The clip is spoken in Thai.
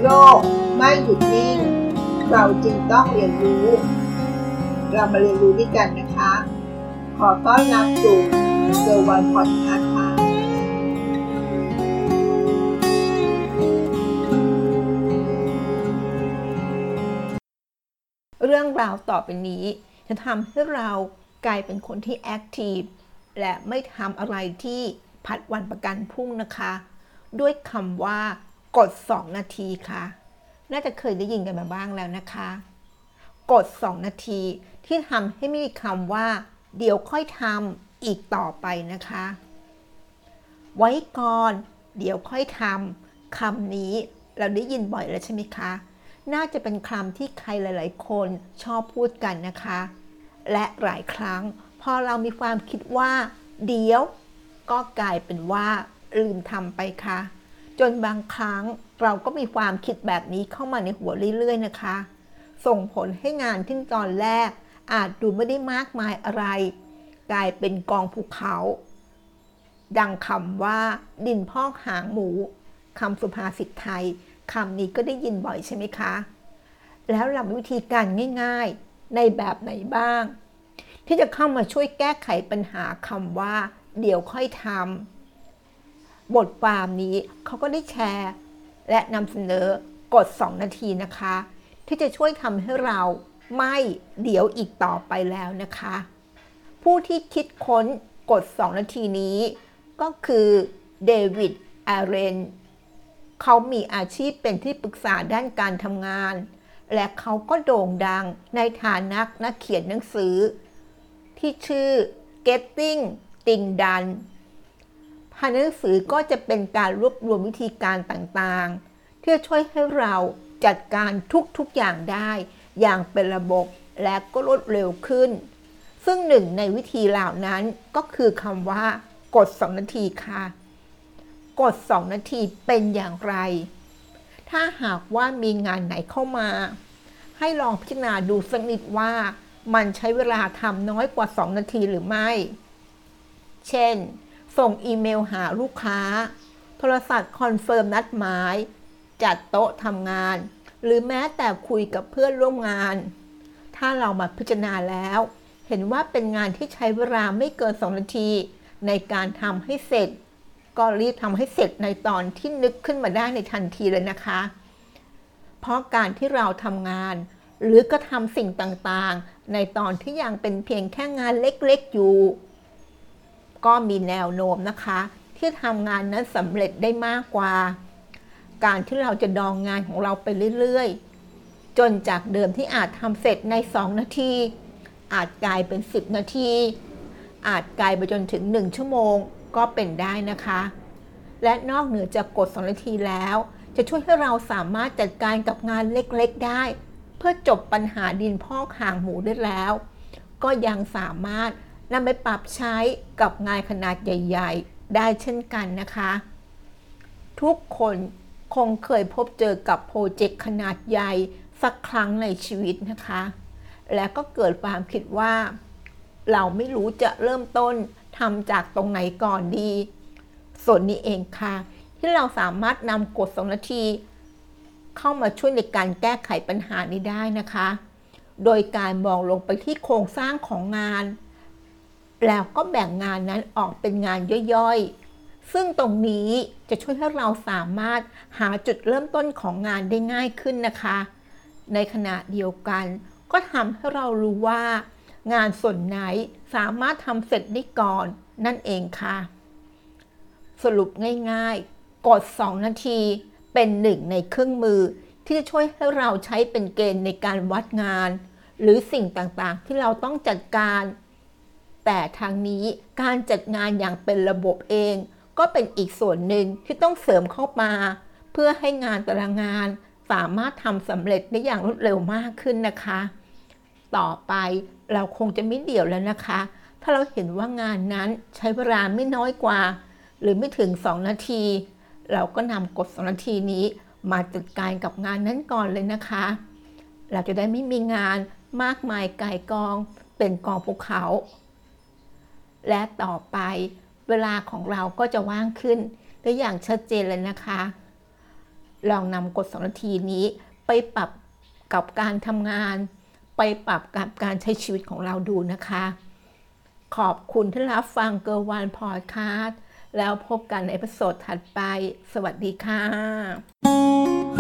กไม่หยุดนิ่งเราจึงต้องเรียนรู้เรามาเรียนรู้ด้วยกันนะคะขอต้อนรับสู่เซอร์วันพอดคาสต์ค่ะเรื่องราวต่อไปนี้จะทำให้เรากลายเป็นคนที่แอคทีฟและไม่ทำอะไรที่ผัดวันประกันพรุ่งนะคะด้วยคำว่ากด2นาทีค่ะน่าจะเคยได้ยินกันมาบ้างแล้วนะคะกด2นาทีที่ทำให้ไม่มีคำว่าเดี๋ยวค่อยทำอีกต่อไปนะคะไว้ก่อนเดี๋ยวค่อยทำคำนี้เราได้ยินบ่อยแล้วใช่ไหมคะน่าจะเป็นคำที่ใครหลายๆคนชอบพูดกันนะคะและหลายครั้งพอเรามีความคิดว่าเดี๋ยวก็กลายเป็นว่าลืมทำไปค่ะจนบางครั้งเราก็มีความคิดแบบนี้เข้ามาในหัวเรื่อยๆนะคะส่งผลให้งานที่ตอนแรกอาจดูไม่ได้มากมายอะไรกลายเป็นกองภูเขาดังคำว่าดินพอกหางหมูคำสุภาษิตไทยคำนี้ก็ได้ยินบ่อยใช่ไหมคะแล้วเรามีวิธีการง่ายๆในแบบไหนบ้างที่จะเข้ามาช่วยแก้ไขปัญหาคำว่าเดี๋ยวค่อยทำบทความนี้เขาก็ได้แชร์และนำเสนอกฎ2นาทีนะคะที่จะช่วยทำให้เราไม่เดี๋ยวอีกต่อไปแล้วนะคะผู้ที่คิดค้นกฎ2นาทีนี้ก็คือเดวิดอาเรนเขามีอาชีพเป็นที่ปรึกษาด้านการทำงานและเขาก็โด่งดังในฐานะนักเขียนหนังสือที่ชื่อ Getting Things Done ภายในหนังสือก็จะเป็นการรวบรวมวิธีการต่างๆที่จะช่วยให้เราจัดการทุกๆอย่างได้อย่างเป็นระบบและก็รวดเร็วขึ้นซึ่งหนึ่งในวิธีเหล่านั้นก็คือคำว่ากด2นาทีค่ะกด2นาทีเป็นอย่างไรถ้าหากว่ามีงานไหนเข้ามาให้ลองพิจารณาดูสักนิดว่ามันใช้เวลาทำน้อยกว่า2นาทีหรือไม่เช่นส่งอีเมลหาลูกค้าโทรศัพท์คอนเฟิร์มนัดหมายจัดโต๊ะทำงานหรือแม้แต่คุยกับเพื่อนร่วมงานถ้าเรามาพิจารณาแล้วเห็นว่าเป็นงานที่ใช้เวลาไม่เกิน2นาทีในการทำให้เสร็จก็รีบทำให้เสร็จในตอนที่นึกขึ้นมาได้ในทันทีเลยนะคะเพราะการที่เราทำงานหรือก็ทำสิ่งต่างๆในตอนที่ยังเป็นเพียงแค่งานเล็กๆอยู่ก็มีแนวโน้มนะคะที่ทำงานนั้นสำเร็จได้มากกว่าการที่เราจะดองงานของเราไปเรื่อยๆจนจากเดิมที่อาจทำเสร็จใน2นาทีอาจกลายเป็น10นาทีอาจกลายไปจนถึง1ชั่วโมงก็เป็นได้นะคะและนอกเหนือจากกด2นาทีแล้วจะช่วยให้เราสามารถจัดการกับงานเล็กๆได้เพื่อจบปัญหาดินพอกหางหมูได้แล้วก็ยังสามารถนำไปปรับใช้กับงานขนาดใหญ่ๆได้เช่นกันนะคะทุกคนคงเคยพบเจอกับโปรเจกต์ขนาดใหญ่สักครั้งในชีวิตนะคะและก็เกิดความคิดว่าเราไม่รู้จะเริ่มต้นทำจากตรงไหนก่อนดีส่วนนี้เองค่ะที่เราสามารถนำกฎ2นาทีเข้ามาช่วยในการแก้ไขปัญหานี้ได้นะคะโดยการมองลงไปที่โครงสร้างของงานแล้วก็แบ่งงานนั้นออกเป็นงานย่อยๆซึ่งตรงนี้จะช่วยให้เราสามารถหาจุดเริ่มต้นของงานได้ง่ายขึ้นนะคะในขณะเดียวกันก็ทำให้เรารู้ว่างานส่วนไหนสามารถทำเสร็จได้ก่อนนั่นเองค่ะสรุปง่ายๆกด2นาทีเป็นหนึ่งในเครื่องมือที่จะช่วยให้เราใช้เป็นเกณฑ์ในการวัดงานหรือสิ่งต่างๆที่เราต้องจัดการแต่ทางนี้การจัดงานอย่างเป็นระบบเองก็เป็นอีกส่วนหนึ่งที่ต้องเสริมเข้ามาเพื่อให้งานแต่ละงานสามารถทำสำเร็จได้อย่างรวดเร็วมากขึ้นนะคะต่อไปเราคงจะไม่เดี่ยวแล้วนะคะถ้าเราเห็นว่างานนั้นใช้เวลาไม่น้อยกว่าหรือไม่ถึง2นาทีเราก็นำกฎ2นาทีนี้มาจัดการกับงานนั้นก่อนเลยนะคะเราจะได้ไม่มีงานมากมายก่ายกองเป็นกองภูเขาและต่อไปเวลาของเราก็จะว่างขึ้นได้อย่างชัดเจนเลยนะคะลองนำกฎ2 นาทีนี้ไปปรับกับการทำงานไปปรับกับการใช้ชีวิตของเราดูนะคะขอบคุณที่รับฟัง Girl One Podcast แล้วพบกันในเอพิโซดถัดไปสวัสดีค่ะ